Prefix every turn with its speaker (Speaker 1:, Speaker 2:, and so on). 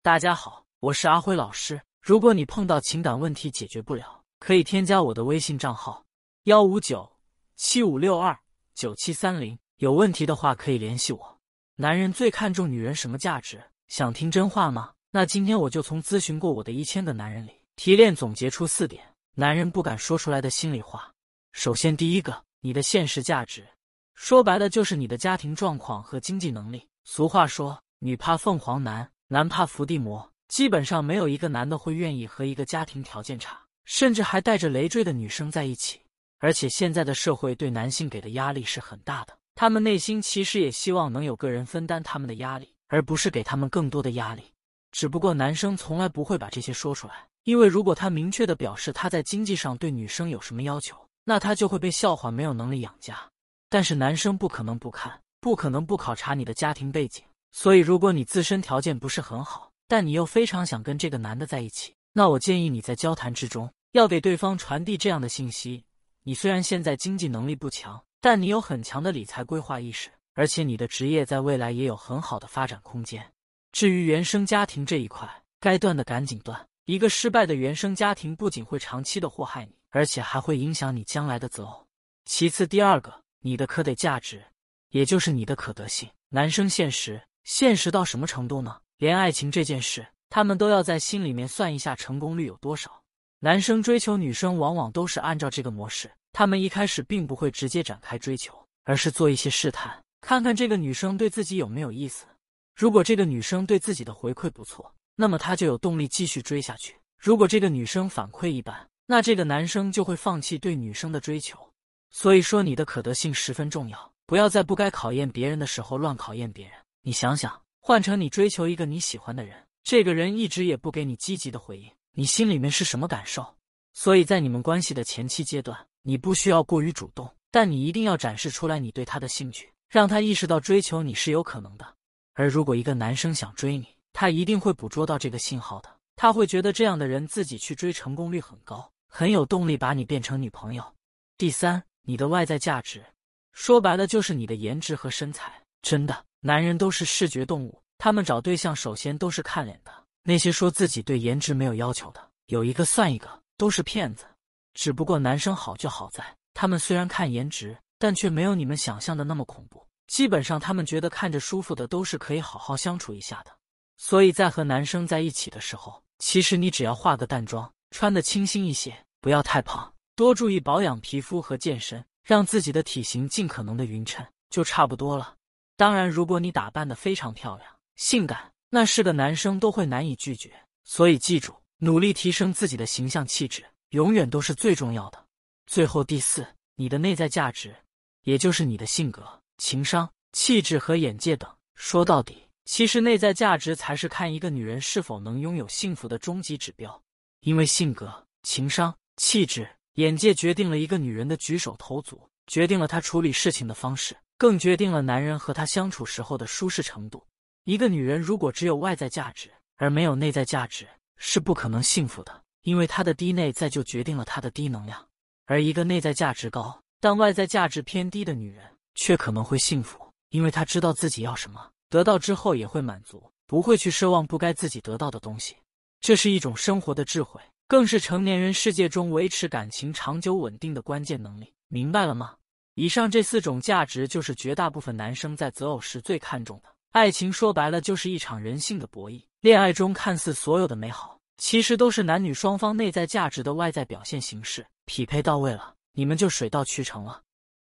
Speaker 1: 大家好，我是阿辉老师。如果你碰到情感问题解决不了，可以添加我的微信账号15975629730，有问题的话可以联系我。男人最看重女人什么价值？想听真话吗？那今天我就从咨询过我的1000个男人里提炼总结出4点男人不敢说出来的心里话。首先第一个，你的现实价值，说白了就是你的家庭状况和经济能力。俗话说，女怕凤凰男，男怕伏地魔，基本上没有一个男的会愿意和一个家庭条件差，甚至还带着累赘的女生在一起。而且现在的社会对男性给的压力是很大的，他们内心其实也希望能有个人分担他们的压力，而不是给他们更多的压力。只不过男生从来不会把这些说出来，因为如果他明确的表示他在经济上对女生有什么要求，那他就会被笑话没有能力养家。但是男生不可能不看，不可能不考察你的家庭背景，所以如果你自身条件不是很好，但你又非常想跟这个男的在一起，那我建议你在交谈之中要给对方传递这样的信息：你虽然现在经济能力不强，但你有很强的理财规划意识，而且你的职业在未来也有很好的发展空间。至于原生家庭这一块，该断的赶紧断。一个失败的原生家庭不仅会长期的祸害你，而且还会影响你将来的择偶。其次第二个，你的可得价值，也就是你的可得性。男生现实到什么程度呢？连爱情这件事，他们都要在心里面算一下成功率有多少。男生追求女生往往都是按照这个模式，他们一开始并不会直接展开追求，而是做一些试探，看看这个女生对自己有没有意思。如果这个女生对自己的回馈不错，那么他就有动力继续追下去。如果这个女生反馈一般，那这个男生就会放弃对女生的追求。所以说你的可得性十分重要，不要在不该考验别人的时候乱考验别人。你想想，换成你追求一个你喜欢的人，这个人一直也不给你积极的回应，你心里面是什么感受？所以在你们关系的前期阶段，你不需要过于主动，但你一定要展示出来你对他的兴趣，让他意识到追求你是有可能的。而如果一个男生想追你，他一定会捕捉到这个信号的，他会觉得这样的人自己去追成功率很高，很有动力把你变成女朋友。第三，你的外在价值，说白了就是你的颜值和身材。真的，男人都是视觉动物，他们找对象首先都是看脸的。那些说自己对颜值没有要求的，有一个算一个，都是骗子。只不过男生好就好在，他们虽然看颜值，但却没有你们想象的那么恐怖。基本上他们觉得看着舒服的都是可以好好相处一下的。所以在和男生在一起的时候，其实你只要化个淡妆，穿得清新一些，不要太胖，多注意保养皮肤和健身，让自己的体型尽可能的匀称，就差不多了。当然如果你打扮得非常漂亮性感，那是个男生都会难以拒绝。所以记住，努力提升自己的形象气质，永远都是最重要的。最后第四，你的内在价值，也就是你的性格、情商、气质和眼界等。说到底，其实内在价值才是看一个女人是否能拥有幸福的终极指标。因为性格、情商、气质、眼界决定了一个女人的举手投足，决定了她处理事情的方式，更决定了男人和她相处时候的舒适程度。一个女人如果只有外在价值而没有内在价值，是不可能幸福的，因为她的低内在就决定了她的低能量。而一个内在价值高但外在价值偏低的女人却可能会幸福，因为她知道自己要什么，得到之后也会满足，不会去奢望不该自己得到的东西。这是一种生活的智慧，更是成年人世界中维持感情长久稳定的关键能力。明白了吗？以上这4种价值就是绝大部分男生在择偶时最看重的。爱情说白了就是一场人性的博弈，恋爱中看似所有的美好，其实都是男女双方内在价值的外在表现形式。匹配到位了，你们就水到渠成了。